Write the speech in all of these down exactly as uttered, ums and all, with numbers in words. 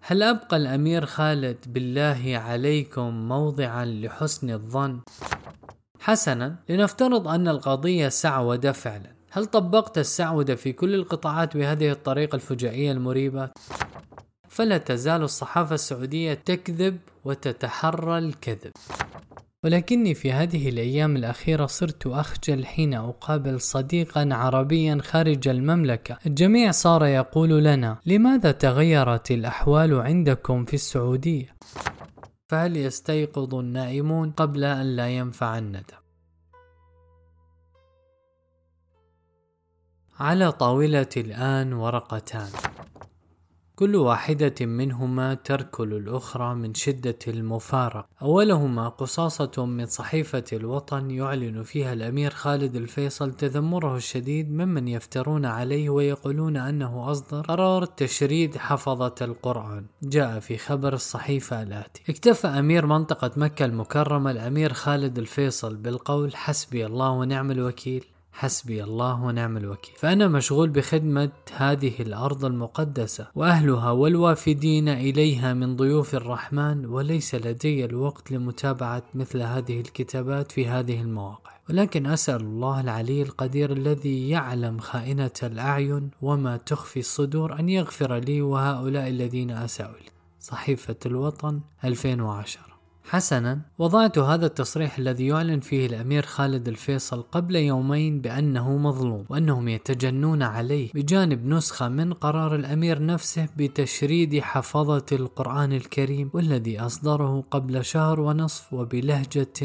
هل أبقى الأمير خالد بالله عليكم موضعا لحسن الظن؟ حسنا، لنفترض أن القضية سعودة فعلا. هل طبقت السعودة في كل القطاعات بهذه الطريقة الفجائية المريبة؟ فلا تزال الصحافة السعودية تكذب وتتحرى الكذب. ولكني في هذه الأيام الأخيرة صرت أخجل حين أقابل صديقا عربيا خارج المملكة. الجميع صار يقول لنا: لماذا تغيرت الأحوال عندكم في السعودية؟ فهل يستيقظ النائمون قبل أن لا ينفع الندم؟ على طاولتي الآن ورقتان، كل واحدة منهما تركل الأخرى من شدة المفارقة. أولهما قصاصة من صحيفة الوطن يعلن فيها الأمير خالد الفيصل تذمره الشديد ممن يفترون عليه ويقولون أنه أصدر قرار تشريد حفظة القرآن. جاء في خبر الصحيفة الآتي: اكتفى أمير منطقة مكة المكرمة الأمير خالد الفيصل بالقول: حسبي الله ونعم الوكيل، حسبي الله ونعم الوكيل، فأنا مشغول بخدمة هذه الأرض المقدسة وأهلها والوافدين إليها من ضيوف الرحمن، وليس لدي الوقت لمتابعة مثل هذه الكتابات في هذه المواقع، ولكن أسأل الله العلي القدير الذي يعلم خائنة الأعين وما تخفي الصدور أن يغفر لي وهؤلاء الذين أساءوا لي. صحيفة الوطن ألفين وعشرة. حسنا، وضعت هذا التصريح الذي يعلن فيه الأمير خالد الفيصل قبل يومين بأنه مظلوم وأنهم يتجنون عليه بجانب نسخة من قرار الأمير نفسه بتشريد حفظة القرآن الكريم، والذي أصدره قبل شهر ونصف وبلهجة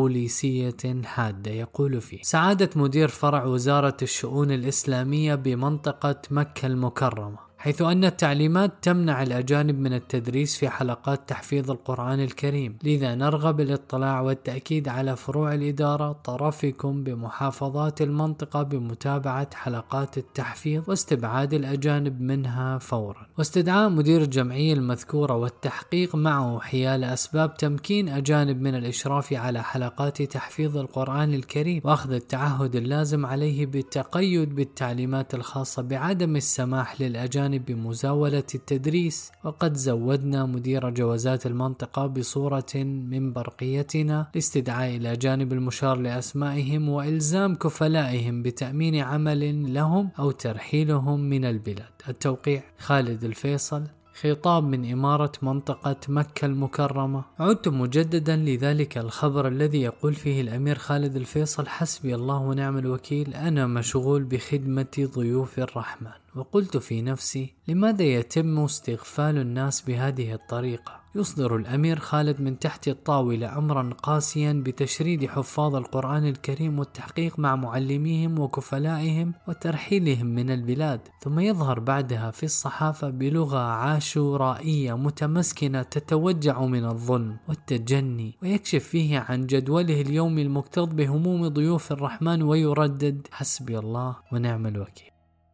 بوليسية حادة يقول فيه: سعادة مدير فرع وزارة الشؤون الإسلامية بمنطقة مكة المكرمة، حيث أن التعليمات تمنع الأجانب من التدريس في حلقات تحفيظ القرآن الكريم، لذا نرغب بالاطلاع والتأكيد على فروع الإدارة طرفكم بمحافظات المنطقة بمتابعة حلقات التحفيظ واستبعاد الأجانب منها فورا، واستدعاء مدير الجمعية المذكورة والتحقيق معه حيال أسباب تمكين أجانب من الإشراف على حلقات تحفيظ القرآن الكريم، وأخذ التعهد اللازم عليه بالتقيد بالتعليمات الخاصة بعدم السماح للأجانب بمزاولة التدريس. وقد زودنا مدير جوازات المنطقة بصورة من برقيتنا لاستدعاء الأجانب المشار لأسمائهم وإلزام كفلائهم بتأمين عمل لهم أو ترحيلهم من البلاد. التوقيع: خالد الفيصل. خطاب من إمارة منطقة مكة المكرمة. عدت مجددا لذلك الخبر الذي يقول فيه الأمير خالد الفيصل: حسبي الله ونعم الوكيل، أنا مشغول بخدمة ضيوف الرحمن. وقلت في نفسي: لماذا يتم استغفال الناس بهذه الطريقة؟ يصدر الأمير خالد من تحت الطاولة أمرا قاسيا بتشريد حفاظ القرآن الكريم والتحقيق مع معلميهم وكفلائهم وترحيلهم من البلاد، ثم يظهر بعدها في الصحافة بلغة عاشورائية متمسكنة تتوجع من الظلم والتجني، ويكشف فيه عن جدوله اليومي المكتظ بهموم ضيوف الرحمن ويردد: حسبي الله ونعم الوكيل.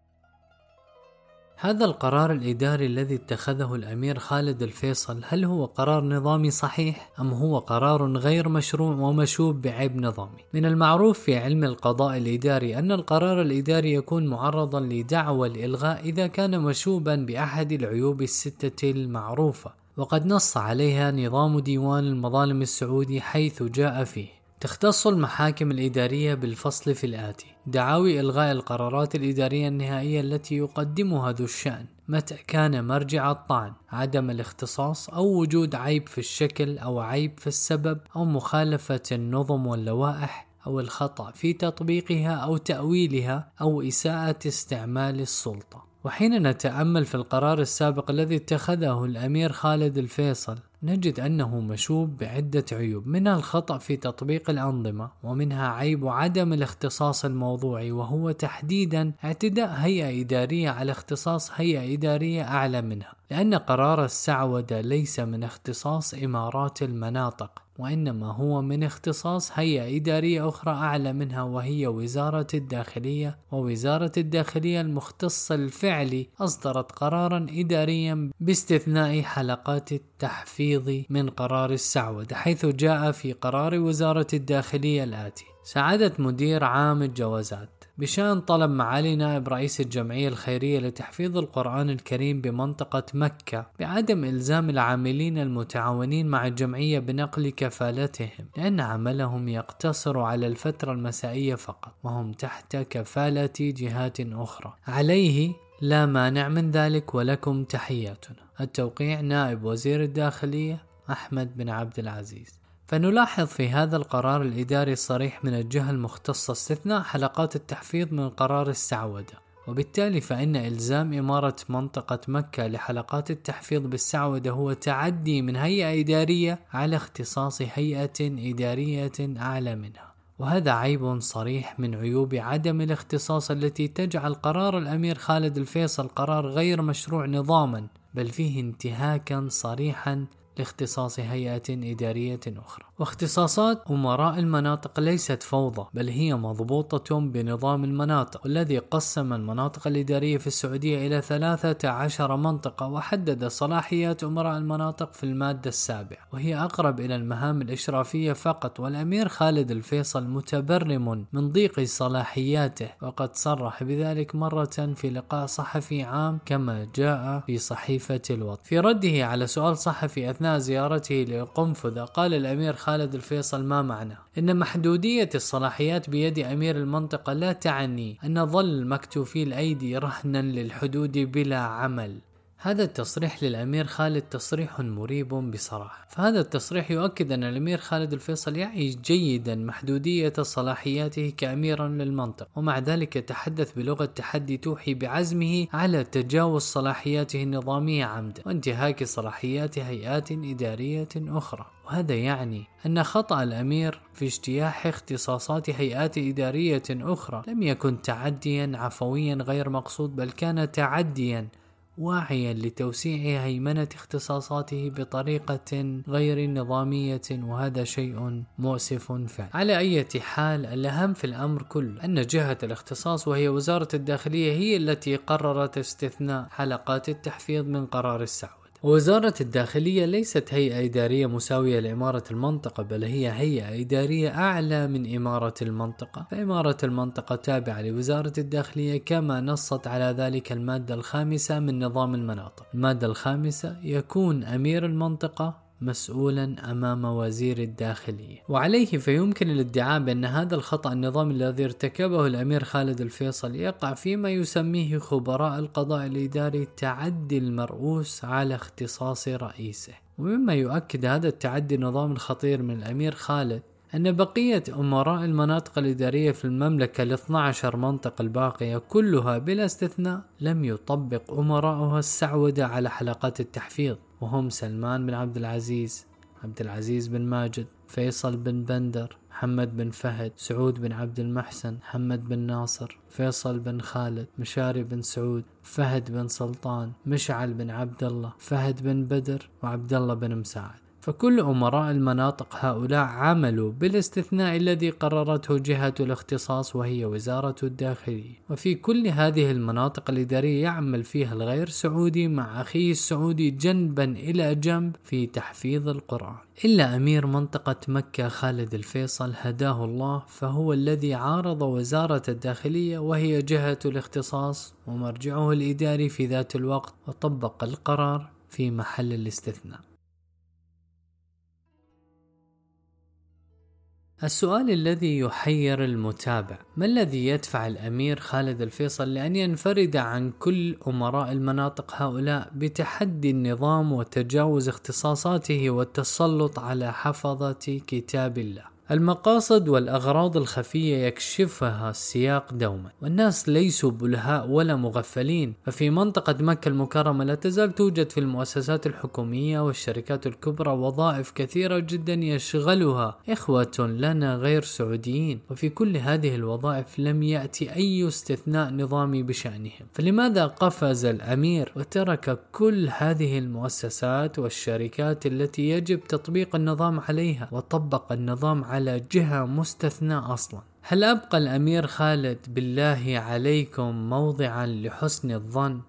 هذا القرار الإداري الذي اتخذه الأمير خالد الفيصل، هل هو قرار نظامي صحيح أم هو قرار غير مشروع ومشوب بعيب نظامي؟ من المعروف في علم القضاء الإداري أن القرار الإداري يكون معرضا لدعوى الإلغاء إذا كان مشوبا بأحد العيوب الستة المعروفة، وقد نص عليها نظام ديوان المظالم السعودي، حيث جاء فيه: تختص المحاكم الإدارية بالفصل في الآتي: دعاوي إلغاء القرارات الإدارية النهائية التي يقدمها ذو الشأن متى كان مرجع الطعن عدم الاختصاص أو وجود عيب في الشكل أو عيب في السبب أو مخالفة النظم واللوائح أو الخطأ في تطبيقها أو تأويلها أو إساءة استعمال السلطة. وحين نتأمل في القرار السابق الذي اتخذه الأمير خالد الفيصل نجد أنه مشوب بعدة عيوب، منها الخطأ في تطبيق الأنظمة، ومنها عيب عدم الاختصاص الموضوعي، وهو تحديدا اعتداء هيئة إدارية على اختصاص هيئة إدارية أعلى منها، لأن قرار السعودة ليس من اختصاص إمارات المناطق، وإنما هو من اختصاص هيئة إدارية أخرى أعلى منها، وهي وزارة الداخلية. ووزارة الداخلية المختص الفعلي أصدرت قرارا إداريا باستثناء حلقات التحفيظ من قرار السعودة، حيث جاء في قرار وزارة الداخلية الآتي: سعادة مدير عام الجوازات، بشأن طلب معالي نائب رئيس الجمعية الخيرية لتحفيظ القرآن الكريم بمنطقة مكة بعدم إلزام العاملين المتعاونين مع الجمعية بنقل كفالتهم، لأن عملهم يقتصر على الفترة المسائية فقط وهم تحت كفالة جهات أخرى. عليه لا مانع من ذلك، ولكم تحياتنا. التوقيع نائب وزير الداخلية أحمد بن عبد العزيز. فنلاحظ في هذا القرار الإداري الصريح من الجهة المختصة استثناء حلقات التحفيظ من قرار السعودة، وبالتالي فإن إلزام إمارة منطقة مكة لحلقات التحفيظ بالسعودة هو تعدي من هيئة إدارية على اختصاص هيئة إدارية أعلى منها، وهذا عيب صريح من عيوب عدم الاختصاص التي تجعل قرار الأمير خالد الفيصل قرار غير مشروع نظاما، بل فيه انتهاكا صريحا لاختصاص هيئة إدارية أخرى. واختصاصات أمراء المناطق ليست فوضى، بل هي مضبوطة بنظام المناطق، والذي قسم المناطق الإدارية في السعودية إلى ثلاثة عشر منطقة، وحدد صلاحيات أمراء المناطق في المادة السابعة، وهي أقرب إلى المهام الإشرافية فقط. والأمير خالد الفيصل متبرم من ضيق صلاحياته، وقد صرح بذلك مرة في لقاء صحفي عام كما جاء في صحيفة الوطن. في رده على سؤال صحفي أثناء زيارته لقنفذة، قال الأمير خالد الفيصل: ما معنى إن محدودية الصلاحيات بيد أمير المنطقة لا تعني أن ظل مكتوفي الأيدي رهنا للحدود بلا عمل. هذا التصريح للأمير خالد تصريح مريب بصراحة، فهذا التصريح يؤكد أن الأمير خالد الفيصل يعي جيدا محدودية صلاحياته كأمير للمنطقة، ومع ذلك يتحدث بلغة تحدي توحي بعزمه على تجاوز صلاحياته النظامية عمدا وانتهاك صلاحيات هيئات إدارية أخرى. وهذا يعني أن خطأ الأمير في اجتياح اختصاصات هيئات إدارية أخرى لم يكن تعديا عفويا غير مقصود، بل كان تعديا واعيا لتوسيع هيمنة اختصاصاته بطريقة غير نظامية، وهذا شيء مؤسف فعلا. على أي حال، الأهم في الأمر كله أن جهة الاختصاص وهي وزارة الداخلية هي التي قررت استثناء حلقات التحفيظ من قرار السعودة. وزارة الداخلية ليست هيئة إدارية مساوية لإمارة المنطقة، بل هي هيئة إدارية أعلى من إمارة المنطقة، فإمارة المنطقة تابعة لوزارة الداخلية كما نصت على ذلك المادة الخامسة من نظام المناطق. المادة الخامسة: يكون أمير المنطقة مسؤولا أمام وزير الداخلية. وعليه فيمكن الادعاء بأن هذا الخطأ النظامي الذي ارتكبه الأمير خالد الفيصل يقع فيما يسميه خبراء القضاء الإداري تعدي المرؤوس على اختصاص رئيسه. ومما يؤكد هذا التعدي النظام الخطير من الأمير خالد أن بقية أمراء المناطق الإدارية في المملكة الاثنى عشر منطقة الباقية كلها بلا استثناء لم يطبق أمراؤها السعودة على حلقات التحفيظ، وهم سلمان بن عبد العزيز، عبد العزيز بن ماجد، فيصل بن بندر، محمد بن فهد، سعود بن عبد المحسن، محمد بن ناصر، فيصل بن خالد، مشاري بن سعود، فهد بن سلطان، مشعل بن عبد الله، فهد بن بدر، وعبد الله بن مساعد. فكل أمراء المناطق هؤلاء عملوا بالاستثناء الذي قررته جهة الاختصاص وهي وزارة الداخلية. وفي كل هذه المناطق الإدارية يعمل فيها الغير سعودي مع أخيه السعودي جنبا إلى جنب في تحفيظ القرآن، إلا أمير منطقة مكة خالد الفيصل هداه الله، فهو الذي عارض وزارة الداخلية وهي جهة الاختصاص ومرجعه الإداري في ذات الوقت، وطبق القرار في محل الاستثناء. السؤال الذي يحير المتابع: ما الذي يدفع الأمير خالد الفيصل لأن ينفرد عن كل أمراء المناطق هؤلاء بتحدي النظام وتجاوز اختصاصاته والتسلط على حفظة كتاب الله؟ المقاصد والأغراض الخفية يكشفها السياق دوما، والناس ليسوا بلهاء ولا مغفلين. ففي منطقة مكة المكرمة لا تزال توجد في المؤسسات الحكومية والشركات الكبرى وظائف كثيرة جدا يشغلها إخوة لنا غير سعوديين، وفي كل هذه الوظائف لم يأتي أي استثناء نظامي بشأنهم. فلماذا قفز الأمير وترك كل هذه المؤسسات والشركات التي يجب تطبيق النظام عليها وطبق النظام على على جهة مستثنى أصلا؟ هل أبقى الأمير خالد بالله عليكم موضعا لحسن الظن؟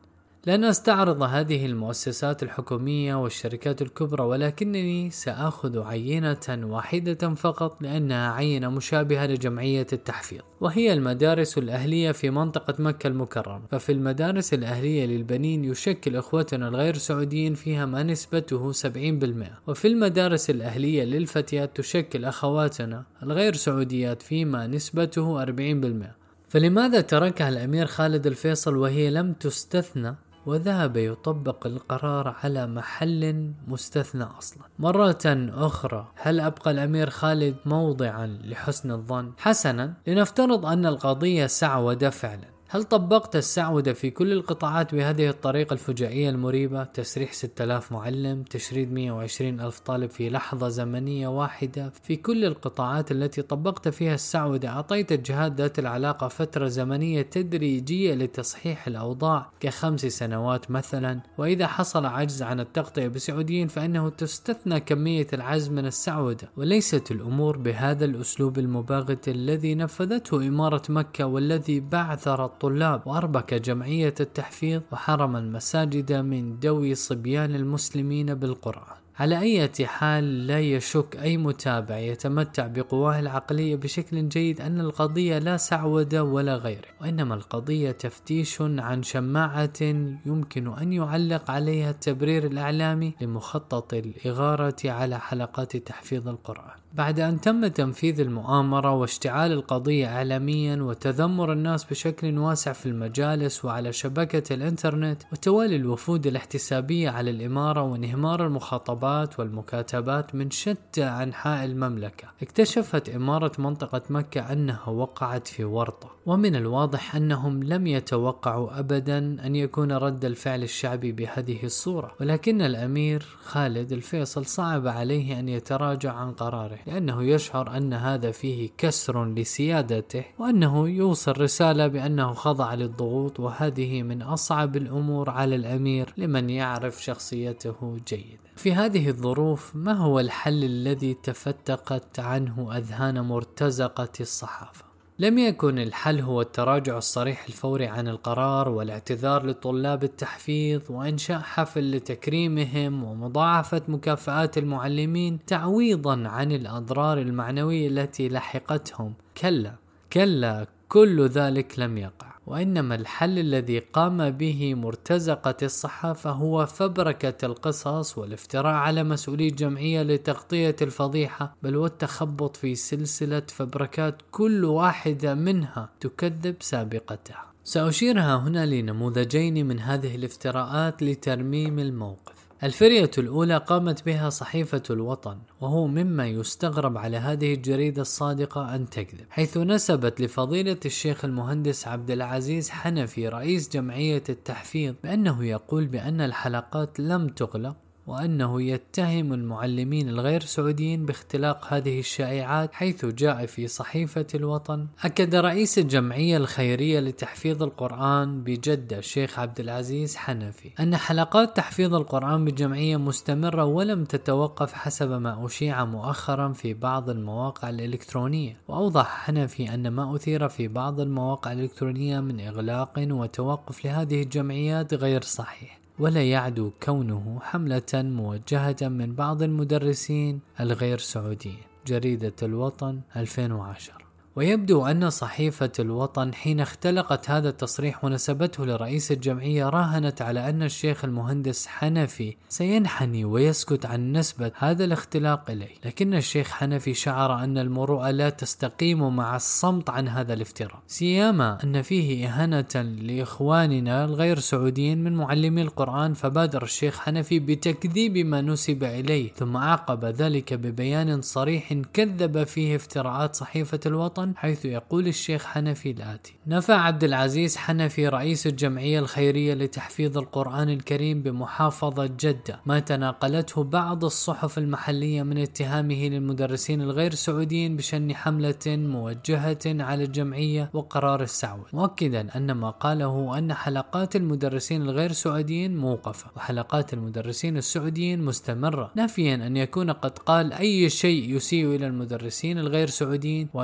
لن أستعرض هذه المؤسسات الحكومية والشركات الكبرى، ولكنني سأخذ عينة واحدة فقط لأنها عينة مشابهة لجمعية التحفيظ، وهي المدارس الأهلية في منطقة مكة المكرمة. ففي المدارس الأهلية للبنين يشكل إخوتنا الغير سعوديين فيها ما نسبته سبعين بالمئة، وفي المدارس الأهلية للفتيات تشكل أخواتنا الغير سعوديات فيما نسبته أربعين بالمئة. فلماذا تركها الأمير خالد الفيصل وهي لم تستثنى وذهب يطبق القرار على محل مستثنى أصلا؟ مرة أخرى، هل أبقى الأمير خالد موضعا لحسن الظن؟ حسنا، لنفترض أن القضية سعودة فعلا. هل طبقت السعودة في كل القطاعات بهذه الطريقة الفجائية المريبة؟ تسريح ستة آلاف معلم، تشريد مئة وعشرين ألف طالب في لحظة زمنية واحدة. في كل القطاعات التي طبقت فيها السعودة أعطيت الجهات ذات العلاقة فترة زمنية تدريجية لتصحيح الأوضاع كخمس سنوات مثلا، وإذا حصل عجز عن التغطية بسعوديين فإنه تستثنى كمية العجز من السعودة. وليست الأمور بهذا الأسلوب المباغت الذي نفذته إمارة مكة، والذي بعثر الطلاب وأربك جمعية التحفيظ وحرم المساجد من دوي صبيان المسلمين بالقرآن. على أي حال، لا يشك أي متابع يتمتع بقواه العقلية بشكل جيد أن القضية لا سعودة ولا غيره، وإنما القضية تفتيش عن شماعة يمكن أن يعلق عليها التبرير الإعلامي لمخطط الإغارة على حلقات تحفيظ القرآن. بعد أن تم تنفيذ المؤامرة واشتعال القضية إعلاميا وتذمر الناس بشكل واسع في المجالس وعلى شبكة الإنترنت وتوالي الوفود الاحتسابية على الإمارة وانهمار المخاطبات والمكاتبات من شتى أنحاء المملكة، اكتشفت إمارة منطقة مكة أنها وقعت في ورطة. ومن الواضح أنهم لم يتوقعوا أبدا أن يكون رد الفعل الشعبي بهذه الصورة، ولكن الأمير خالد الفيصل صعب عليه أن يتراجع عن قراره، لأنه يشعر أن هذا فيه كسر لسيادته، وأنه يوصل رسالة بأنه خضع للضغوط، وهذه من أصعب الأمور على الأمير لمن يعرف شخصيته جيدا. في هذه الظروف، ما هو الحل الذي تفتقت عنه أذهان مرتزقة الصحافة؟ لم يكن الحل هو التراجع الصريح الفوري عن القرار والاعتذار لطلاب التحفيظ وإنشاء حفل لتكريمهم ومضاعفة مكافآت المعلمين تعويضا عن الأضرار المعنوية التي لحقتهم. كلا كلا، كل ذلك لم يقع، وإنما الحل الذي قام به مرتزقة الصحافة هو فبركة القصص والافتراء على مسؤولي الجمعية لتغطية الفضيحة، بل والتخبط في سلسلة فبركات كل واحدة منها تكذب سابقتها. سأشيرها هنا لنموذجين من هذه الافتراءات لترميم الموقف. الفرية الأولى قامت بها صحيفة الوطن، وهو مما يستغرب على هذه الجريدة الصادقة أن تكذب، حيث نسبت لفضيلة الشيخ المهندس عبد العزيز حنفي رئيس جمعية التحفيظ بأنه يقول بأن الحلقات لم تغلق، وأنه يتهم المعلمين الغير سعوديين باختلاق هذه الشائعات، حيث جاء في صحيفة الوطن: أكد رئيس الجمعية الخيرية لتحفيظ القرآن بجدة الشيخ عبد العزيز حنفي أن حلقات تحفيظ القرآن بالجمعية مستمرة ولم تتوقف حسب ما أشيع مؤخرا في بعض المواقع الإلكترونية. وأوضح حنفي أن ما أثير في بعض المواقع الإلكترونية من إغلاق وتوقف لهذه الجمعيات غير صحيح، ولا يعدو كونه حملة موجهة من بعض المدرسين الغير سعوديين. جريدة الوطن ألفين وعشرة. ويبدو أن صحيفة الوطن حين اختلقت هذا التصريح ونسبته لرئيس الجمعية راهنت على أن الشيخ المهندس حنفي سينحني ويسكت عن نسبة هذا الاختلاق إليه، لكن الشيخ حنفي شعر أن المروءة لا تستقيم مع الصمت عن هذا الافتراء، سيما أن فيه إهانة لإخواننا الغير سعوديين من معلمي القرآن، فبادر الشيخ حنفي بتكذيب ما نسب إليه، ثم أعقب ذلك ببيان صريح كذب فيه افتراءات صحيفة الوطن، حيث يقول الشيخ حنفي الآتي: نفى عبد العزيز حنفي رئيس الجمعية الخيرية لتحفيظ القرآن الكريم بمحافظة جدة ما تناقلته بعض الصحف المحلية من اتهامه للمدرسين الغير سعوديين بشن حملة موجهة على الجمعية وقرار السعودة، مؤكدا أن ما قاله أن حلقات المدرسين الغير سعوديين موقفة وحلقات المدرسين السعوديين مستمرة، نافيا أن يكون قد قال أي شيء يسيء إلى المدرسين الغير سعوديين، وأشار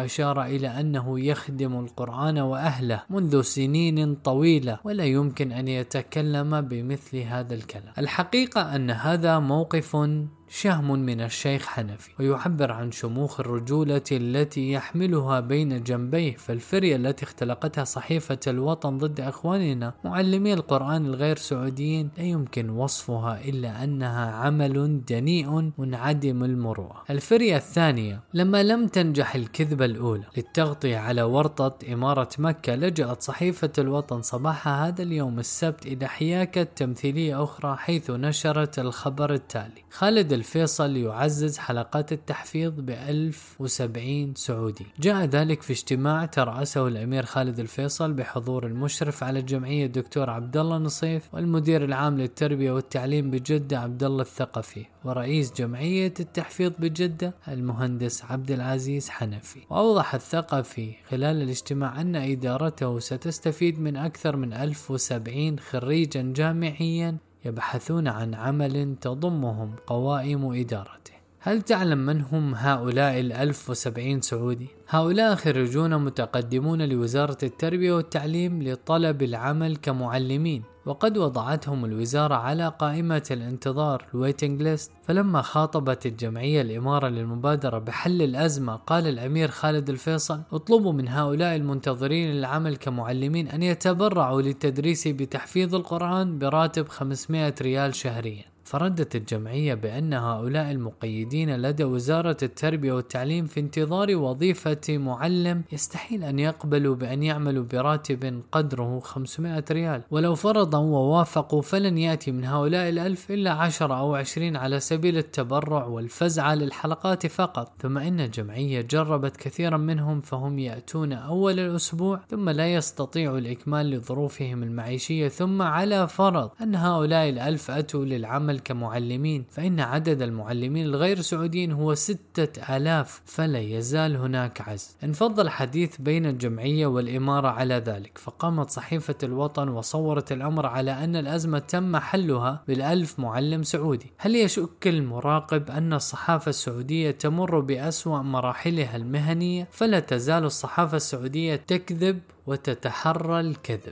إلى أنه يخدم القرآن وأهله منذ سنين طويلة ولا يمكن أن يتكلم بمثل هذا الكلام. الحقيقة أن هذا موقف شهم من الشيخ حنفي، ويعبر عن شموخ الرجولة التي يحملها بين جنبيه. فالفرية التي اختلقتها صحيفة الوطن ضد أخواننا معلمي القرآن الغير سعوديين لا يمكن وصفها إلا أنها عمل دنيء منعدم المروءة. الفرية الثانية لما لم تنجح الكذبة الأولى للتغطية على ورطة إمارة مكة، لجأت صحيفة الوطن صباح هذا اليوم السبت إلى حياكة تمثيلية أخرى، حيث نشرت الخبر التالي: خالد الفيصل يعزز حلقات التحفيظ بألف وسبعين سعودي. جاء ذلك في اجتماع ترأسه الأمير خالد الفيصل بحضور المشرف على الجمعية الدكتور عبد الله نصيف، والمدير العام للتربية والتعليم بجدة عبد الله الثقفي، ورئيس جمعية التحفيظ بجدة المهندس عبد العزيز حنفي. وأوضح الثقفي خلال الاجتماع أن إدارته ستستفيد من أكثر من ألف وسبعين خريجا جامعيا يبحثون عن عمل تضمهم قوائم إدارته. هل تعلم من هم هؤلاء الألف وسبعين سعودي؟ هؤلاء خريجون متقدمون لوزارة التربية والتعليم لطلب العمل كمعلمين، وقد وضعتهم الوزارة على قائمة الانتظار الويتنج ليست. فلما خاطبت الجمعية الإمارة للمبادرة بحل الأزمة، قال الأمير خالد الفيصل: اطلبوا من هؤلاء المنتظرين للعمل كمعلمين أن يتبرعوا للتدريس بتحفيظ القرآن براتب خمسمائة ريال شهريا. فردت الجمعية بأن هؤلاء المقيدين لدى وزارة التربية والتعليم في انتظار وظيفة معلم يستحيل أن يقبلوا بأن يعملوا براتب قدره خمسمائة ريال، ولو فرضوا ووافقوا فلن يأتي من هؤلاء الألف إلا عشرة أو عشرين على سبيل التبرع والفزعة للحلقات فقط. ثم إن الجمعية جربت كثيرا منهم، فهم يأتون أول الأسبوع ثم لا يستطيعوا الإكمال لظروفهم المعيشية. ثم على فرض أن هؤلاء الألف أتوا للعمل كمعلمين، فإن عدد المعلمين الغير سعوديين هو ستة آلاف، فلا يزال هناك عجز. انفض الحديث بين الجمعية والإمارة على ذلك، فقامت صحيفة الوطن وصورت الأمر على أن الأزمة تم حلها بالألف معلم سعودي. هل يشك المراقب أن الصحافة السعودية تمر بأسوأ مراحلها المهنية؟ فلا تزال الصحافة السعودية تكذب وتتحرى الكذب.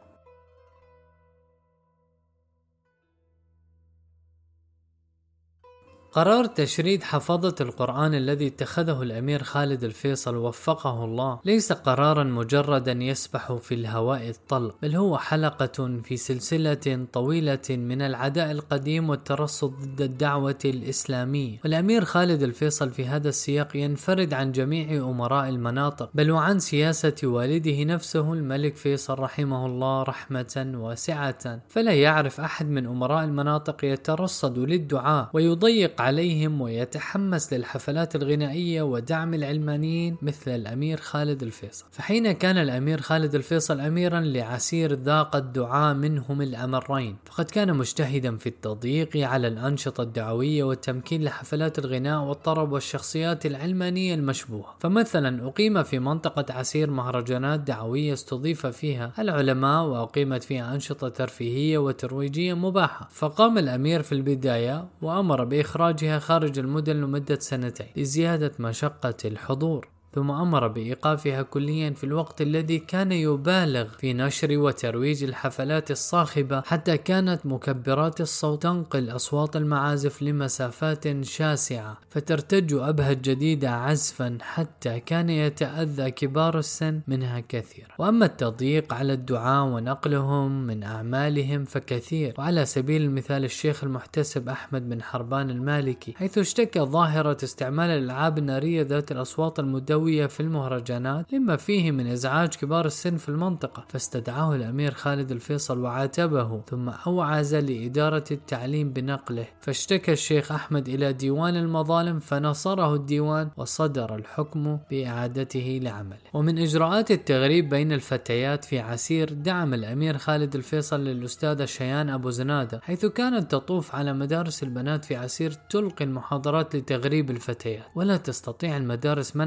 قرار تشريد حفظة القرآن الذي اتخذه الأمير خالد الفيصل وفقه الله ليس قرارا مجردا يسبح في الهواء الطلق، بل هو حلقة في سلسلة طويلة من العداء القديم والترصد ضد الدعوة الإسلامية. والأمير خالد الفيصل في هذا السياق ينفرد عن جميع أمراء المناطق، بل وعن سياسة والده نفسه الملك فيصل رحمه الله رحمة واسعة. فلا يعرف أحد من أمراء المناطق يترصد للدعاء ويضيق عليهم ويتحمس للحفلات الغنائية ودعم العلمانيين مثل الأمير خالد الفيصل. فحين كان الأمير خالد الفيصل أميرا لعسير ذاق الدعاء منهم الأمرين، فقد كان مجتهدا في التضييق على الأنشطة الدعوية والتمكين لحفلات الغناء والطرب والشخصيات العلمانية المشبوهة. فمثلا أقيم في منطقة عسير مهرجانات دعوية استضيف فيها العلماء، وأقيمت فيها أنشطة ترفيهية وترويجية مباحة. فقام الأمير في البداية وأمر بإخراج خارج المدن لمدة سنتين لزيادة مشقة الحضور، ثم أمر بإيقافها كليا في الوقت الذي كان يبالغ في نشر وترويج الحفلات الصاخبة، حتى كانت مكبرات الصوت تنقل أصوات المعازف لمسافات شاسعة فترتج أبهى جديدة عزفا، حتى كان يتأذى كبار السن منها كثير. وأما التضييق على الدعاء ونقلهم من أعمالهم فكثير. وعلى سبيل المثال الشيخ المحتسب أحمد بن حربان المالكي، حيث اشتكى ظاهرة استعمال الألعاب النارية ذات الأصوات المدوية في المهرجانات لما فيه من إزعاج كبار السن في المنطقة، فاستدعاه الأمير خالد الفيصل وعاتبه، ثم أوعز لإدارة التعليم بنقله. فاشتكى الشيخ أحمد إلى ديوان المظالم، فنصره الديوان وصدر الحكم بإعادته لعمله. ومن إجراءات التغريب بين الفتيات في عسير، دعم الأمير خالد الفيصل للأستاذة شيان أبو زنادة، حيث كانت تطوف على مدارس البنات في عسير تلقي المحاضرات لتغريب الفتيات، ولا تستطيع المدارس منعها من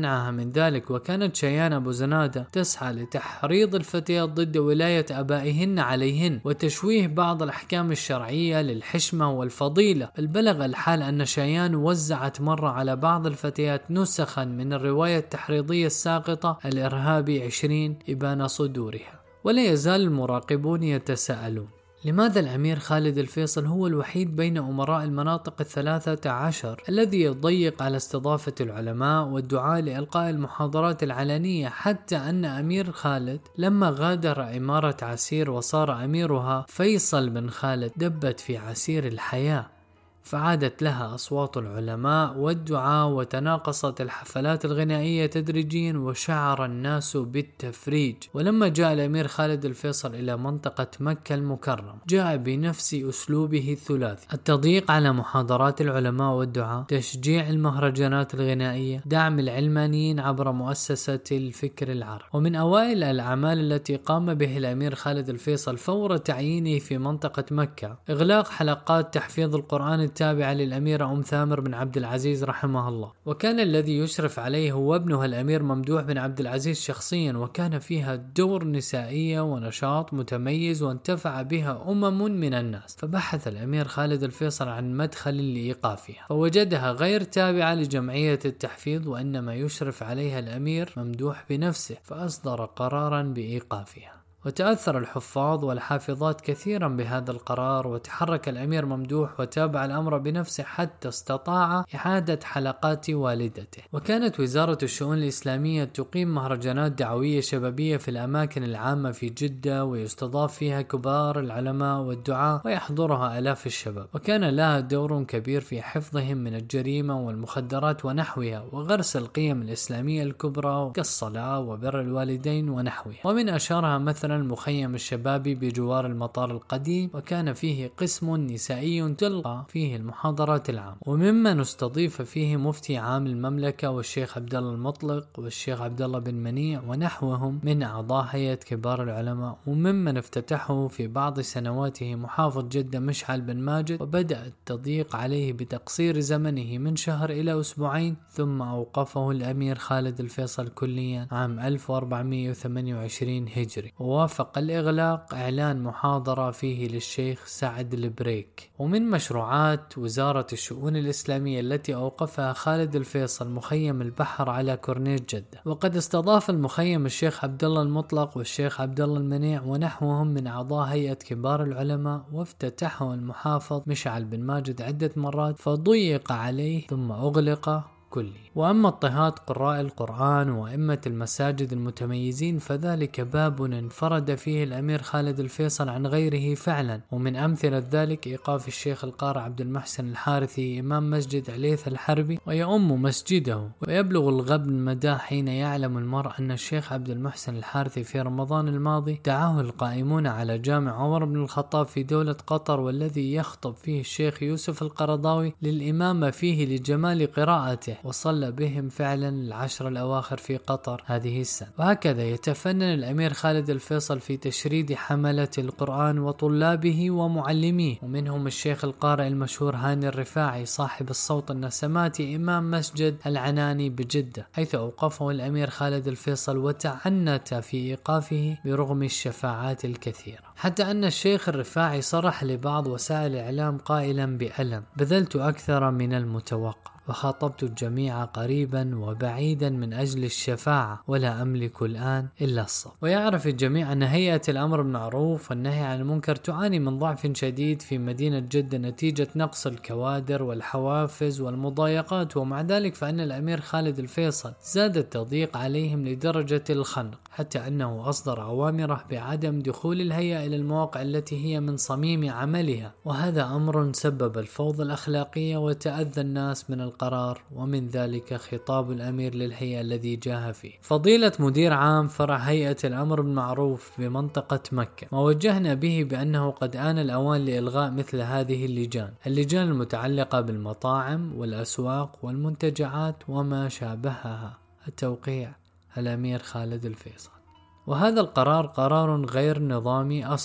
من ذلك، وكانت شيان أبو زنادة تسعى لتحريض الفتيات ضد ولاية آبائهن عليهن وتشويه بعض الأحكام الشرعية للحشمة والفضيلة، بل بلغ الحال أن شيان وزعت مرة على بعض الفتيات نسخا من الرواية التحريضية الساقطة الإرهابي عشرين إبان صدورها. ولا يزال المراقبون يتساءلون: لماذا الأمير خالد الفيصل هو الوحيد بين أمراء المناطق الثلاثة عشر الذي يضيق على استضافة العلماء والدعاء لإلقاء المحاضرات العلنية، حتى أن أمير خالد لما غادر إمارة عسير وصار أميرها فيصل بن خالد دبت في عسير الحياة، فعادت لها أصوات العلماء والدعاء وتناقصت الحفلات الغنائية تدريجيا وشعر الناس بالتفريج. ولما جاء الأمير خالد الفيصل إلى منطقة مكة المكرمة جاء بنفس أسلوبه الثلاثي: التضييق على محاضرات العلماء والدعاء، تشجيع المهرجانات الغنائية، دعم العلمانيين عبر مؤسسة الفكر العربي. ومن أوائل الأعمال التي قام به الأمير خالد الفيصل فور تعيينه في منطقة مكة إغلاق حلقات تحفيظ القرآن التابعة للأميرة أم ثامر بن عبد العزيز رحمه الله، وكان الذي يشرف عليه هو ابنها الأمير ممدوح بن عبد العزيز شخصيا، وكان فيها دور نسائية ونشاط متميز وانتفع بها أمم من الناس. فبحث الأمير خالد الفيصل عن مدخل لإيقافها فوجدها غير تابعة لجمعية التحفيظ وإنما يشرف عليها الأمير ممدوح بنفسه، فأصدر قرارا بإيقافها. وتأثر الحفاظ والحافظات كثيرا بهذا القرار، وتحرك الأمير ممدوح وتابع الأمر بنفسه حتى استطاع إعادة حلقات والدته. وكانت وزارة الشؤون الإسلامية تقيم مهرجانات دعوية شبابية في الأماكن العامة في جدة، ويستضاف فيها كبار العلماء والدعاء ويحضرها آلاف الشباب، وكان لها دور كبير في حفظهم من الجريمة والمخدرات ونحوها، وغرس القيم الإسلامية الكبرى كالصلاة وبر الوالدين ونحوها. ومن أشهرها مثلا المخيم الشبابي بجوار المطار القديم، وكان فيه قسم نسائي تلقى فيه المحاضرات العامة، وممن استضيف فيه مفتي عام المملكة والشيخ عبد الله المطلق والشيخ عبد الله بن منيع ونحوهم من أعضاء هيئة كبار العلماء، وممن افتتحه في بعض سنواته محافظ جدة مشعل بن ماجد، وبدأ التضييق عليه بتقصير زمنه من شهر إلى أسبوعين، ثم أوقفه الأمير خالد الفيصل كليا عام ألف وأربعمائة وثمانية وعشرين هجري، ووافق الإغلاق إعلان محاضرة فيه للشيخ سعد البريك. ومن مشروعات وزارة الشؤون الإسلامية التي أوقفها خالد الفيصل مخيم البحر على كورنيش جدة، وقد استضاف المخيم الشيخ عبد الله المطلق والشيخ عبد الله المنيع ونحوهم من أعضاء هيئة كبار العلماء، وافتتحه المحافظ مشعل بن ماجد عدة مرات فضيق عليه ثم أغلق كلي. وأما اضطهاد قراء القرآن وأئمة المساجد المتميزين فذلك باب انفرد فيه الأمير خالد الفيصل عن غيره فعلا، ومن أمثلة ذلك إيقاف الشيخ القارئ عبد المحسن الحارثي إمام مسجد عليث الحربي ويؤم مسجده. ويبلغ الغبن مدى حين يعلم المرء أن الشيخ عبد المحسن الحارثي في رمضان الماضي دعاه القائمون على جامع عمر بن الخطاب في دولة قطر، والذي يخطب فيه الشيخ يوسف القرضاوي للإمامة فيه لجمال قراءته، وصلى بهم فعلا العشر الأواخر في قطر هذه السنة. وهكذا يتفنن الأمير خالد الفيصل في تشريد حملة القرآن وطلابه ومعلميه، ومنهم الشيخ القارئ المشهور هاني الرفاعي صاحب الصوت النسماتي إمام مسجد العناني بجدة، حيث أوقفه الأمير خالد الفيصل وتعنت في إيقافه برغم الشفاعات الكثيرة، حتى أن الشيخ الرفاعي صرح لبعض وسائل الإعلام قائلا بألم: بذلت أكثر من المتوقع وخاطبت الجميع قريبا وبعيدا من أجل الشفاعة، ولا أملك الآن إلا الصبر. ويعرف الجميع أن هيئة الأمر بالمعروف والنهي عن المنكر تعاني من ضعف شديد في مدينة جدة نتيجة نقص الكوادر والحوافز والمضايقات، ومع ذلك فإن الأمير خالد الفيصل زاد التضييق عليهم لدرجة الخنق، حتى أنه أصدر أوامره بعدم دخول الهيئة إلى المواقع التي هي من صميم عملها، وهذا أمر سبب الفوضى الأخلاقية وتأذى الناس من القرار، ومن ذلك خطاب الأمير للهيئة الذي جاء فيه: فضيلة مدير عام فرع هيئة الأمر بالمعروف بمنطقة مكة، ما وجهنا به بأنه قد آن الأوان لإلغاء مثل هذه اللجان اللجان المتعلقة بالمطاعم والأسواق والمنتجعات وما شابهها. التوقيع الأمير خالد الفيصل. وهذا القرار قرار غير نظامي أصلا،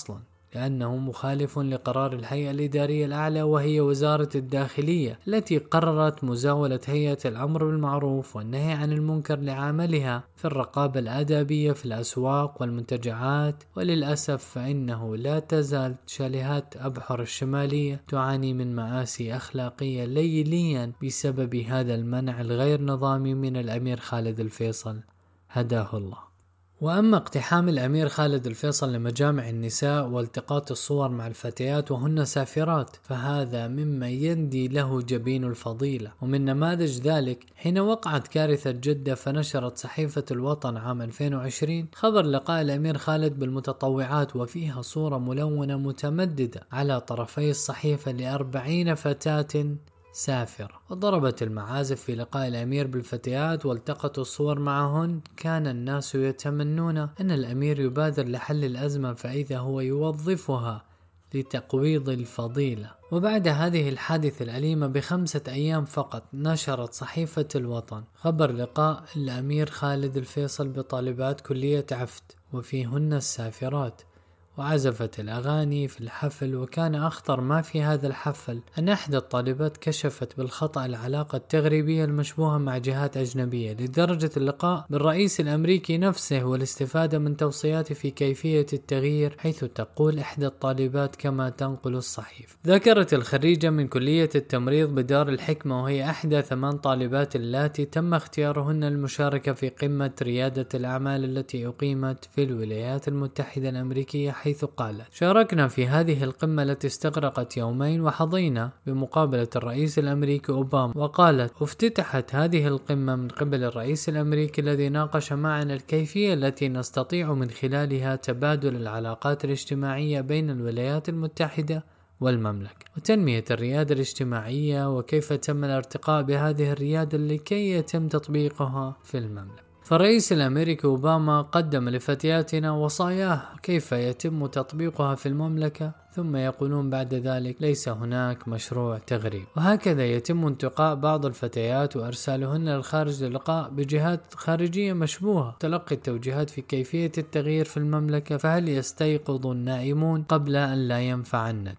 لأنه مخالف لقرار الهيئة الإدارية الأعلى وهي وزارة الداخلية التي قررت مزاولة هيئة الأمر بالمعروف والنهي عن المنكر لعملها في الرقابة الآدابية في الأسواق والمنتجعات. وللأسف فإنه لا تزال شاليهات أبحر الشمالية تعاني من مآسي أخلاقية ليليا بسبب هذا المنع الغير نظامي من الأمير خالد الفيصل هداه الله. وأما اقتحام الأمير خالد الفيصل لمجامع النساء والتقاط الصور مع الفتيات وهن سافرات فهذا مما يندي له جبين الفضيلة. ومن نماذج ذلك حين وقعت كارثة جدة فنشرت صحيفة الوطن عام ألفين وعشرين خبر لقاء الأمير خالد بالمتطوعات وفيها صورة ملونة متمددة على طرفي الصحيفة لأربعين فتاة سافرة. وضربت المعازف في لقاء الأمير بالفتيات والتقطوا الصور معهن. كان الناس يتمنون أن الأمير يبادر لحل الأزمة فإذا هو يوظفها لتقويض الفضيلة. وبعد هذه الحادثة الأليمة بخمسة أيام فقط نشرت صحيفة الوطن خبر لقاء الأمير خالد الفيصل بطالبات كلية عفت وفيهن السافرات، وعزفت الأغاني في الحفل. وكان أخطر ما في هذا الحفل أن أحد الطالبات كشفت بالخطأ العلاقة التغريبية المشبوهة مع جهات أجنبية لدرجة اللقاء بالرئيس الأمريكي نفسه والاستفادة من توصياته في كيفية التغيير، حيث تقول إحدى الطالبات كما تنقل الصحيفة. ذكرت الخريجة من كلية التمريض بدار الحكمة وهي إحدى ثمان طالبات اللاتي تم اختيارهن المشاركة في قمة ريادة الأعمال التي أقيمت في الولايات المتحدة الأمريكية، حيث قالت: شاركنا في هذه القمة التي استغرقت يومين وحظينا بمقابلة الرئيس الأمريكي أوباما. وقالت: افتتحت هذه القمة من قبل الرئيس الأمريكي الذي ناقش معنا الكيفية التي نستطيع من خلالها تبادل العلاقات الاجتماعية بين الولايات المتحدة والمملكة وتنمية الريادة الاجتماعية وكيف تم الارتقاء بهذه الريادة لكي يتم تطبيقها في المملكة. فالرئيس الأمريكي أوباما قدم لفتياتنا وصاياه كيف يتم تطبيقها في المملكة، ثم يقولون بعد ذلك ليس هناك مشروع تغريب. وهكذا يتم انتقاء بعض الفتيات وأرسالهن للخارج للقاء بجهات خارجية مشبوهة، تلقي التوجيهات في كيفية التغيير في المملكة. فهل يستيقظ النائمون قبل أن لا ينفع الندى؟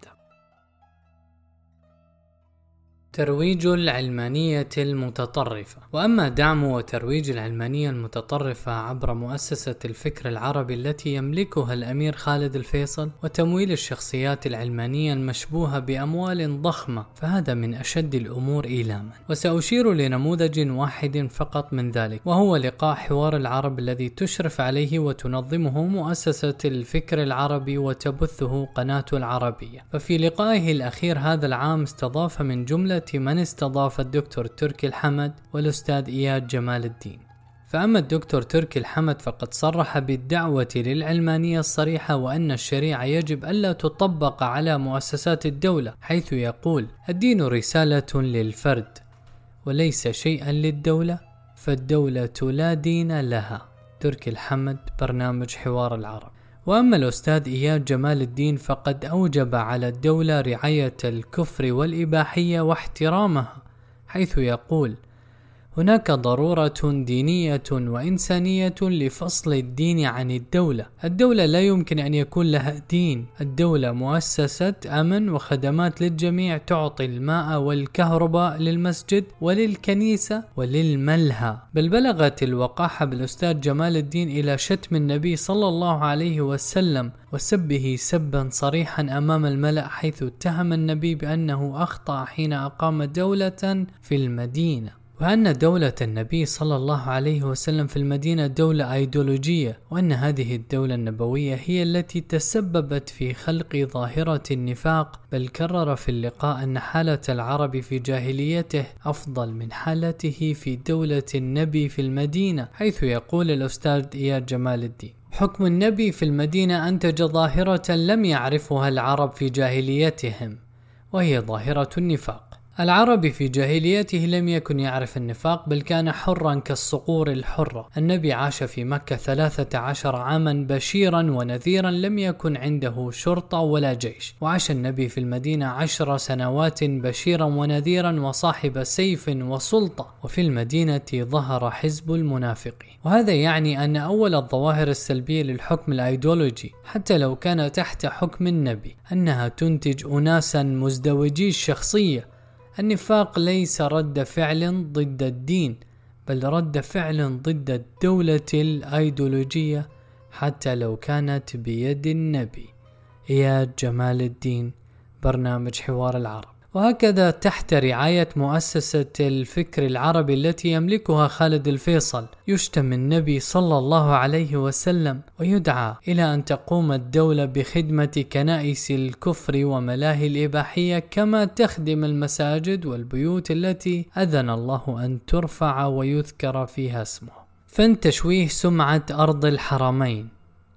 ترويج العلمانية المتطرفة. وأما دعم وترويج العلمانية المتطرفة عبر مؤسسة الفكر العربي التي يملكها الأمير خالد الفيصل وتمويل الشخصيات العلمانية المشبوهة بأموال ضخمة فهذا من أشد الأمور إيلاما. وسأشير لنموذج واحد فقط من ذلك، وهو لقاء حوار العرب الذي تشرف عليه وتنظمه مؤسسة الفكر العربي وتبثه قناة العربية. ففي لقائه الأخير هذا العام استضاف من جملة من استضاف الدكتور تركي الحمد والأستاذ إياد جمال الدين. فأما الدكتور تركي الحمد فقد صرح بالدعوة للعلمانية الصريحة وأن الشريعة يجب ألا تطبق على مؤسسات الدولة، حيث يقول: الدين رسالة للفرد وليس شيئا للدولة، فالدولة لا دين لها. تركي الحمد، برنامج حوار العرب. وأما الأستاذ إياد جمال الدين فقد أوجب على الدولة رعاية الكفر والإباحية واحترامها، حيث يقول: هناك ضرورة دينية وإنسانية لفصل الدين عن الدولة. الدولة لا يمكن أن يكون لها دين، الدولة مؤسسة أمن وخدمات للجميع، تعطي الماء والكهرباء للمسجد وللكنيسة وللملهى. بل بلغت الوقاحة بالأستاذ جمال الدين إلى شتم النبي صلى الله عليه وسلم وسبه سبا صريحا أمام الملأ، حيث اتهم النبي بأنه أخطأ حين أقام دولة في المدينة، وأن دولة النبي صلى الله عليه وسلم في المدينة دولة أيديولوجية، وأن هذه الدولة النبوية هي التي تسببت في خلق ظاهرة النفاق. بل كرر في اللقاء أن حالة العرب في جاهليته أفضل من حالته في دولة النبي في المدينة، حيث يقول الأستاذ إياد جمال الدين: حكم النبي في المدينة أنتج ظاهرة لم يعرفها العرب في جاهليتهم، وهي ظاهرة النفاق. العربي في جاهليته لم يكن يعرف النفاق، بل كان حرا كالصقور الحرة. النبي عاش في مكة ثلاثة عشر عاما بشيرا ونذيرا، لم يكن عنده شرطة ولا جيش. وعاش النبي في المدينة عشر سنوات بشيرا ونذيرا وصاحب سيف وسلطة، وفي المدينة ظهر حزب المنافقين. وهذا يعني أن أول الظواهر السلبية للحكم الأيديولوجي حتى لو كان تحت حكم النبي أنها تنتج أناسا مزدوجي الشخصية. النفاق ليس رد فعل ضد الدين، بل رد فعل ضد الدولة الأيديولوجية حتى لو كانت بيد النبي. إياد جمال الدين، برنامج حوار العرب. وهكذا تحت رعاية مؤسسة الفكر العربي التي يملكها خالد الفيصل يشتم النبي صلى الله عليه وسلم، ويدعى إلى أن تقوم الدولة بخدمة كنائس الكفر وملاهي الإباحية، كما تخدم المساجد والبيوت التي أذن الله أن ترفع ويذكر فيها اسمه. فن تشويه سمعة أرض الحرمين.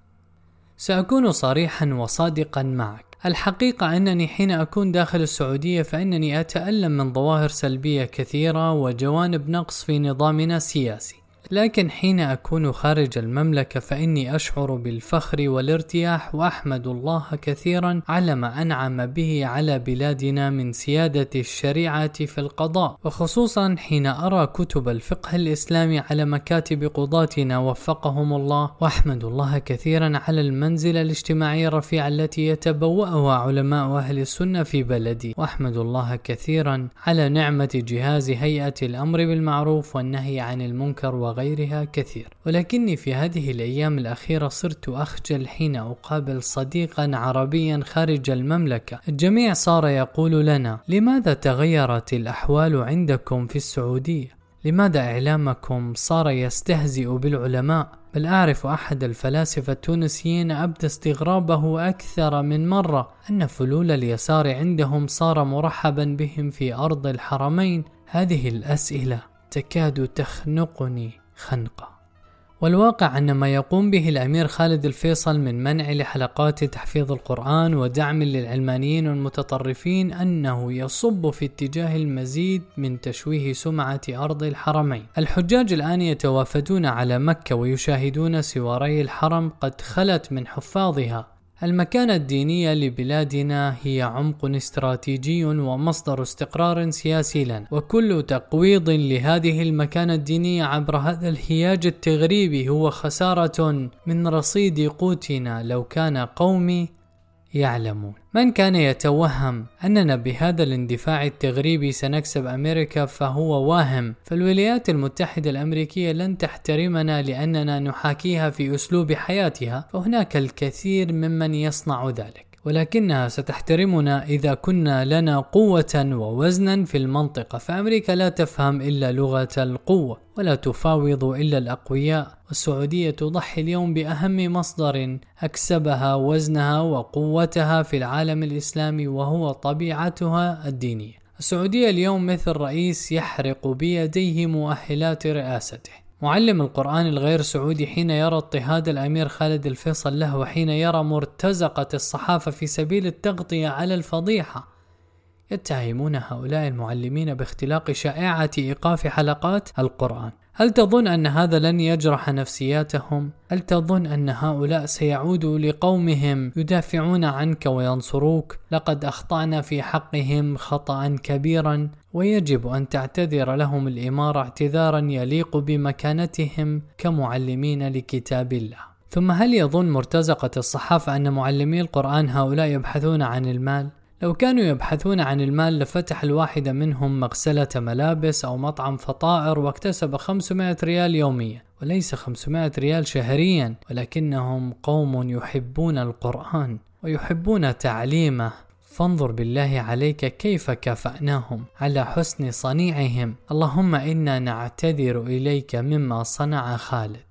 سأكون صريحا وصادقا معك. الحقيقة أنني حين أكون داخل السعودية فإنني أتألم من ظواهر سلبية كثيرة وجوانب نقص في نظامنا السياسي، لكن حين أكون خارج المملكة فإني أشعر بالفخر والارتياح، وأحمد الله كثيرا على ما أنعم به على بلادنا من سيادة الشريعة في القضاء، وخصوصا حين أرى كتب الفقه الإسلامي على مكاتب قضاتنا وفقهم الله. وأحمد الله كثيرا على المنزلة الاجتماعية الرفيعة التي يتبوأها علماء أهل السنة في بلدي. وأحمد الله كثيرا على نعمة جهاز هيئة الأمر بالمعروف والنهي عن المنكر وغيرها غيرها كثير. ولكني في هذه الأيام الأخيرة صرت أخجل حين أقابل صديقا عربيا خارج المملكة. الجميع صار يقول لنا: لماذا تغيرت الأحوال عندكم في السعودية؟ لماذا إعلامكم صار يستهزئ بالعلماء؟ بل أعرف أحد الفلاسفة التونسيين أبدى استغرابه أكثر من مرة أن فلول اليسار عندهم صار مرحبا بهم في أرض الحرمين. هذه الأسئلة تكاد تخنقني خنقة. والواقع أن ما يقوم به الأمير خالد الفيصل من منع لحلقات تحفيظ القرآن ودعم للعلمانيين والمتطرفين أنه يصب في اتجاه المزيد من تشويه سمعة أرض الحرمين. الحجاج الآن يتوافدون على مكة ويشاهدون سواري الحرم قد خلت من حفاظها. المكانة الدينية لبلادنا هي عمق استراتيجي ومصدر استقرار سياسي لنا، وكل تقويض لهذه المكانة الدينية عبر هذا الهياج التغريبي هو خسارة من رصيد قوتنا لو كان قومي يعلمون. من كان يتوهم أننا بهذا الاندفاع التغريبي سنكسب أمريكا فهو واهم، فالولايات المتحدة الأمريكية لن تحترمنا لأننا نحاكيها في أسلوب حياتها، فهناك الكثير ممن يصنع ذلك، ولكنها ستحترمنا إذا كنا لنا قوة ووزنا في المنطقة. فأمريكا لا تفهم إلا لغة القوة ولا تفاوض إلا الأقوياء، والسعودية تضحي اليوم بأهم مصدر أكسبها وزنها وقوتها في العالم الإسلامي وهو طبيعتها الدينية. السعودية اليوم مثل رئيس يحرق بيديه مؤهلات رئاسته. معلم القرآن الغير سعودي حين يرى اضطهاد الأمير خالد الفيصل له وحين يرى مرتزقة الصحافة في سبيل التغطية على الفضيحة يتهمون هؤلاء المعلمين باختلاق شائعة إيقاف حلقات القرآن. هل تظن أن هذا لن يجرح نفسياتهم؟ هل تظن أن هؤلاء سيعودوا لقومهم يدافعون عنك وينصروك؟ لقد أخطأنا في حقهم خطأ كبيرا، ويجب أن تعتذر لهم الإمارة اعتذارا يليق بمكانتهم كمعلمين لكتاب الله. ثم هل يظن مرتزقة الصحافة أن معلمي القرآن هؤلاء يبحثون عن المال؟ لو كانوا يبحثون عن المال لفتح الواحد منهم مغسلة ملابس أو مطعم فطائر واكتسب خمسمائة ريال يوميا وليس خمسمائة ريال شهريا، ولكنهم قوم يحبون القرآن ويحبون تعليمه. فانظر بالله عليك كيف كافأناهم على حسن صنيعهم. اللهم إنا نعتذر إليك مما صنع خالد.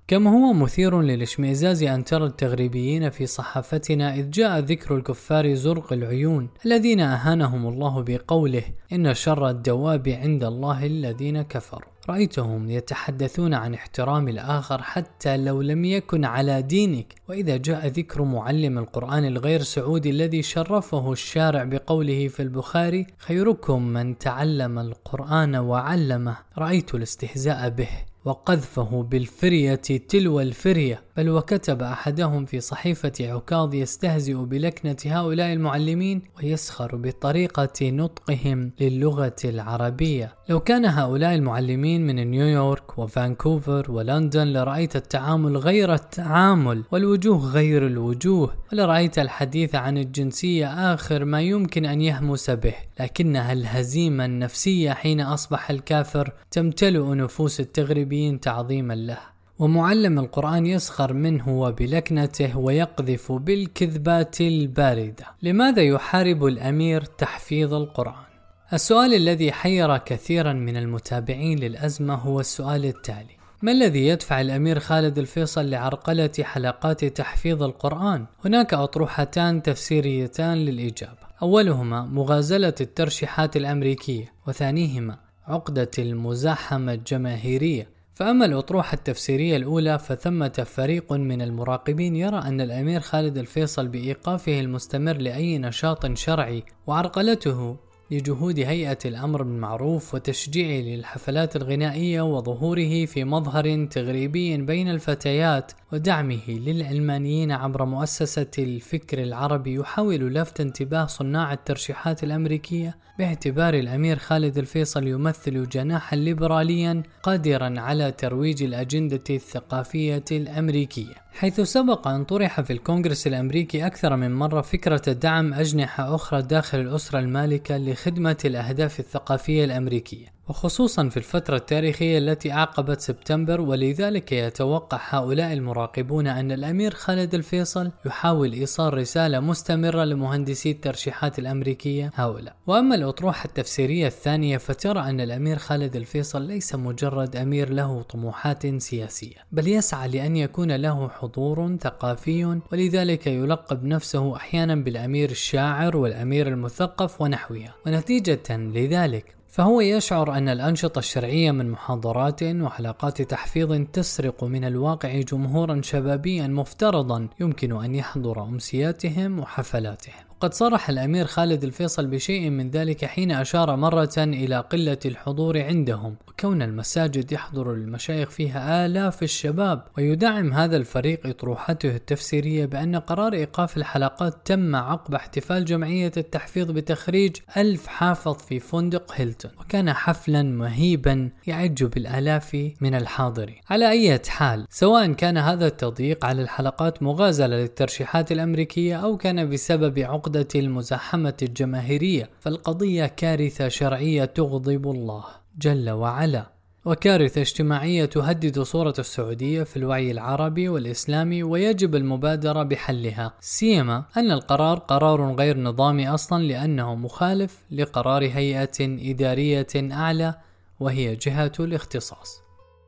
كما هو مثير للاشمئزاز أن ترى التغريبيين في صحافتنا إذ جاء ذكر الكفار زرق العيون الذين أهانهم الله بقوله إن شر الدواب عند الله الذين كفروا. رأيتهم يتحدثون عن احترام الآخر حتى لو لم يكن على دينك. وإذا جاء ذكر معلم القرآن الغير سعودي الذي شرفه الشارع بقوله في البخاري خيركم من تعلم القرآن وعلمه، رأيت الاستهزاء به وقذفه بالفرية تلو الفرية، بل وكتب أحدهم في صحيفة عكاظ يستهزئ بلكنة هؤلاء المعلمين ويسخر بطريقة نطقهم للغة العربية. لو كان هؤلاء المعلمين من نيويورك وفانكوفر ولندن لرأيت التعامل غير التعامل والوجوه غير الوجوه، ولرأيت الحديث عن الجنسية آخر ما يمكن أن يهمس به، لكنها الهزيمة النفسية حين أصبح الكافر تمتلئ نفوس التغريبيين تعظيما له. ومعلم القرآن يسخر منه وبلكنته ويقذف بالكذبات الباردة. لماذا يحارب الأمير تحفيظ القرآن؟ السؤال الذي حير كثيرا من المتابعين للأزمة هو السؤال التالي: ما الذي يدفع الأمير خالد الفيصل لعرقلة حلقات تحفيظ القرآن؟ هناك أطروحتان تفسيريتان للإجابة، أولهما مغازلة الترشيحات الأمريكية، وثانيهما عقدة المزاحمة الجماهيرية. فأما الأطروحة التفسيرية الأولى فثمة فريق من المراقبين يرى أن الأمير خالد الفيصل بإيقافه المستمر لأي نشاط شرعي وعرقلته لجهود هيئة الأمر بالمعروف وتشجيعه للحفلات الغنائية وظهوره في مظهر تغريبي بين الفتيات ودعمه للعلمانيين عبر مؤسسة الفكر العربي يحاول لفت انتباه صناع الترشيحات الأمريكية باعتبار الأمير خالد الفيصل يمثل جناحا ليبراليا قادرا على ترويج الأجندة الثقافية الأمريكية، حيث سبق أن طرح في الكونغرس الأمريكي أكثر من مرة فكرة دعم أجنحة أخرى داخل الأسرة المالكة لخدمة الأهداف الثقافية الأمريكية، وخصوصا في الفترة التاريخية التي أعقبت سبتمبر. ولذلك يتوقع هؤلاء المراقبون أن الأمير خالد الفيصل يحاول إيصال رسالة مستمرة لمهندسي الترشيحات الأمريكية هؤلاء. وأما الأطروحة التفسيرية الثانية فترى أن الأمير خالد الفيصل ليس مجرد أمير له طموحات سياسية، بل يسعى لأن يكون له حضور ثقافي، ولذلك يلقب نفسه أحيانا بالأمير الشاعر والأمير المثقف ونحوها. ونتيجة لذلك فهو يشعر أن الأنشطة الشرعية من محاضرات وحلقات تحفيظ تسرق من الواقع جمهورا شبابيا مفترضا يمكن أن يحضر أمسياتهم وحفلاتهم. وقد صرح الأمير خالد الفيصل بشيء من ذلك حين أشار مرة إلى قلة الحضور عندهم، وكون المساجد يحضر المشايخ فيها آلاف الشباب. ويدعم هذا الفريق اطروحته التفسيرية بأن قرار إيقاف الحلقات تم عقب احتفال جمعية التحفيظ بتخريج ألف حافظ في فندق هيلتون، وكان حفلا مهيبا يعج بالآلاف من الحاضرين. على أي حال، سواء كان هذا التضييق على الحلقات مغازلة للترشيحات الأمريكية أو كان بسبب عقدة المزاحمة الجماهيرية، فالقضية كارثة شرعية تغضب الله جل وعلا، وكارثة اجتماعية تهدد صورة السعودية في الوعي العربي والإسلامي، ويجب المبادرة بحلها، سيما أن القرار قرار غير نظامي أصلا لأنه مخالف لقرار هيئة إدارية أعلى وهي جهة الاختصاص.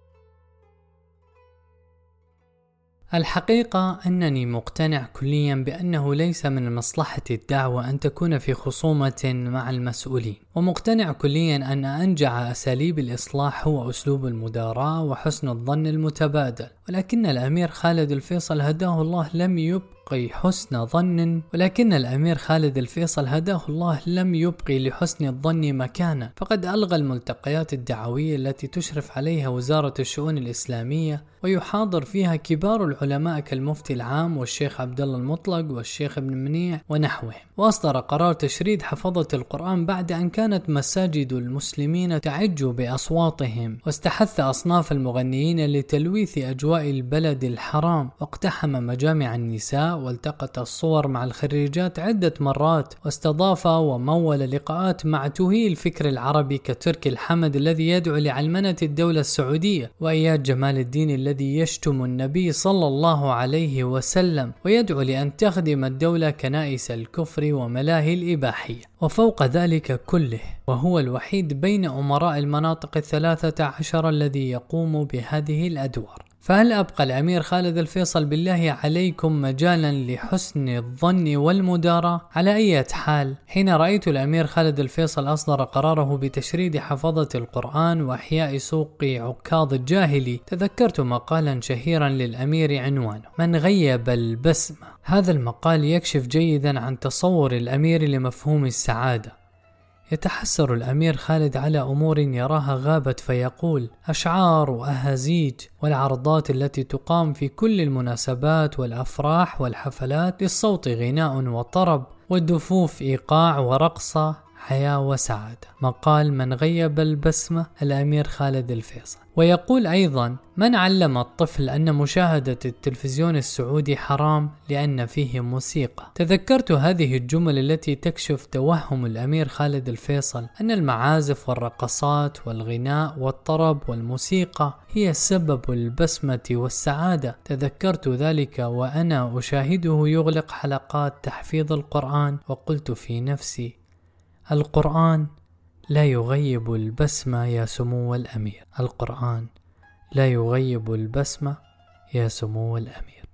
الحقيقة أنني مقتنع كليا بأنه ليس من مصلحة الدعوة أن تكون في خصومة مع المسؤولين، ومقتنع كليا أن أنجع أساليب الإصلاح هو أسلوب المداراة وحسن الظن المتبادل. ولكن الأمير خالد الفيصل هداه الله لم يبقي حسن ظن ولكن الأمير خالد الفيصل هداه الله لم يبقي لحسن الظن مكانا، فقد ألغى الملتقيات الدعوية التي تشرف عليها وزارة الشؤون الإسلامية ويحاضر فيها كبار العلماء كالمفتي العام والشيخ عبد الله المطلق والشيخ ابن منيع ونحوهم، وأصدر قرار تشريد حفظة القرآن بعد أن كانت مساجد المسلمين تعج بأصواتهم، واستحث أصناف المغنيين لتلويث أجواء البلد الحرام، واقتحم مجامع النساء والتقط الصور مع الخريجات عدة مرات، واستضاف ومول لقاءات مع تهي الفكر العربي كتركي الحمد الذي يدعو لعلمنة الدولة السعودية، وإياد جمال الدين الذي يشتم النبي صلى الله عليه وسلم ويدعو لأن تخدم الدولة كنائس الكفر وملاهي الإباحية. وفوق ذلك كله وهو الوحيد بين أمراء المناطق الثلاثة عشر الذي يقوم بهذه الأدوار. فهل أبقى الأمير خالد الفيصل بالله عليكم مجالا لحسن الظن والمداراة؟ على أي حال، حين رأيت الأمير خالد الفيصل أصدر قراره بتشريد حفظة القرآن وإحياء سوق عكاظ الجاهلي، تذكرت مقالا شهيرا للأمير عنوانه من غيب البسمة. هذا المقال يكشف جيدا عن تصور الأمير لمفهوم السعادة. يتحسر الأمير خالد على أمور يراها غابت، فيقول: أشعار وأهازيج والعرضات التي تقام في كل المناسبات والأفراح والحفلات للصوت غناء وطرب، والدفوف إيقاع ورقصة، حياة وسعادة. مقال من غيب البسمة، الأمير خالد الفيصل. ويقول أيضا: من علم الطفل أن مشاهدة التلفزيون السعودي حرام لأن فيه موسيقى؟ تذكرت هذه الجمل التي تكشف توهم الأمير خالد الفيصل أن المعازف والرقصات والغناء والطرب والموسيقى هي سبب البسمة والسعادة. تذكرت ذلك وأنا أشاهده يغلق حلقات تحفيظ القرآن، وقلت في نفسي: القرآن لا يغيب البسمة يا سمو الأمير، القرآن لا يغيب البسمة يا سمو الأمير.